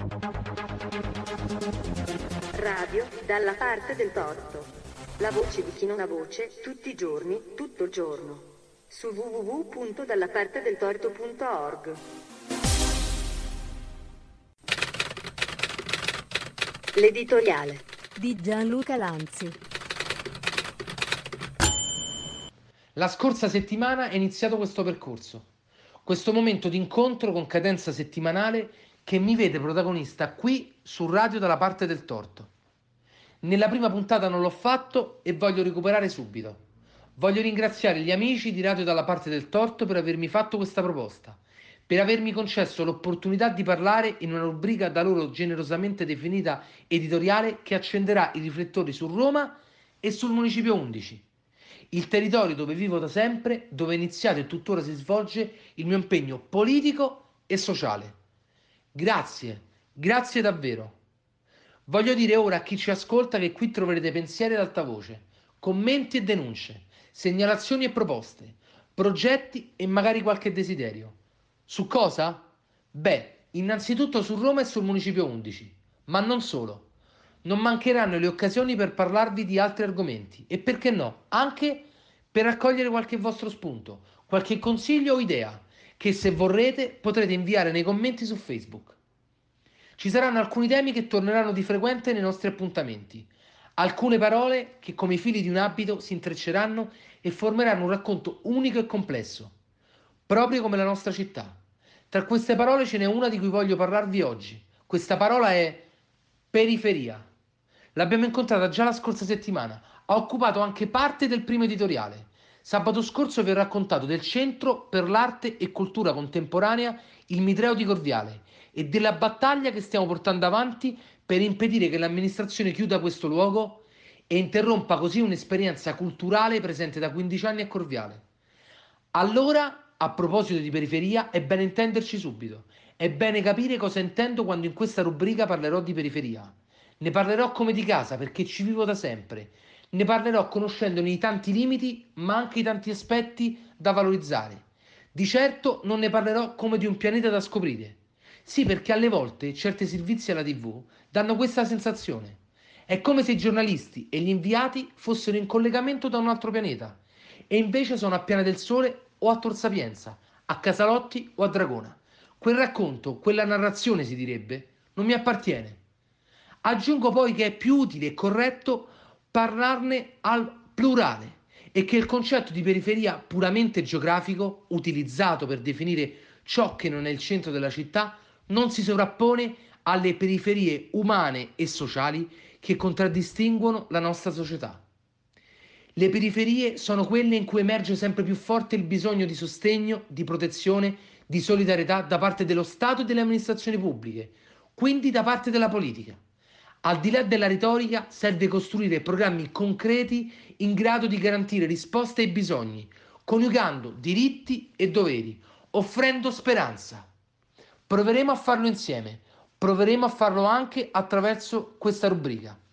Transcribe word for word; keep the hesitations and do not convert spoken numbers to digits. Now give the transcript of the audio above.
Radio dalla parte del torto. La voce di chi non ha voce, tutti i giorni, tutto il giorno. Su w w w punto dallapartedeltorto punto org. L'editoriale di Gianluca Lanzi. La scorsa settimana è iniziato questo percorso, questo momento di incontro con cadenza settimanale che mi vede protagonista qui su Radio dalla parte del torto. Nella prima puntata non l'ho fatto e voglio recuperare subito. Voglio ringraziare gli amici di Radio dalla parte del torto per avermi fatto questa proposta, per avermi concesso l'opportunità di parlare in una rubrica da loro generosamente definita editoriale che accenderà i riflettori su Roma e sul Municipio undici, il territorio dove vivo da sempre, dove è iniziato e tuttora si svolge il mio impegno politico e sociale. Grazie, grazie davvero. Voglio dire ora a chi ci ascolta che qui troverete pensieri ad alta voce, commenti e denunce, segnalazioni e proposte, progetti e magari qualche desiderio. Su cosa? Beh, innanzitutto su Roma e sul Municipio undici, ma non solo. Non mancheranno le occasioni per parlarvi di altri argomenti e perché no, anche per raccogliere qualche vostro spunto, qualche consiglio o idea, che se vorrete potrete inviare nei commenti su Facebook. Ci saranno alcuni temi che torneranno di frequente nei nostri appuntamenti, alcune parole che come i fili di un abito si intrecceranno e formeranno un racconto unico e complesso, proprio come la nostra città. Tra queste parole ce n'è una di cui voglio parlarvi oggi. Questa parola è periferia. L'abbiamo incontrata già la scorsa settimana, ha occupato anche parte del primo editoriale. Sabato scorso vi ho raccontato del Centro per l'Arte e Cultura Contemporanea Il Mitreo di Corviale e della battaglia che stiamo portando avanti per impedire che l'amministrazione chiuda questo luogo e interrompa così un'esperienza culturale presente da quindici anni a Corviale. Allora, a proposito di periferia, è bene intenderci subito. È bene capire cosa intendo quando in questa rubrica parlerò di periferia. Ne parlerò come di casa perché ci vivo da sempre. Ne parlerò conoscendone i tanti limiti, ma anche i tanti aspetti da valorizzare. Di certo non ne parlerò come di un pianeta da scoprire. Sì, perché alle volte certi servizi alla tivù danno questa sensazione. È come se i giornalisti e gli inviati fossero in collegamento da un altro pianeta e invece sono a Piana del Sole o a Tor Sapienza, a Casalotti o a Dragona. Quel racconto, quella narrazione si direbbe, non mi appartiene. Aggiungo poi che è più utile e corretto parlarne al plurale e che il concetto di periferia puramente geografico, utilizzato per definire ciò che non è il centro della città, non si sovrappone alle periferie umane e sociali che contraddistinguono la nostra società. Le periferie sono quelle in cui emerge sempre più forte il bisogno di sostegno, di protezione, di solidarietà da parte dello Stato e delle amministrazioni pubbliche, quindi da parte della politica. Al di là della retorica serve costruire programmi concreti in grado di garantire risposte ai bisogni, coniugando diritti e doveri, offrendo speranza. Proveremo a farlo insieme, proveremo a farlo anche attraverso questa rubrica.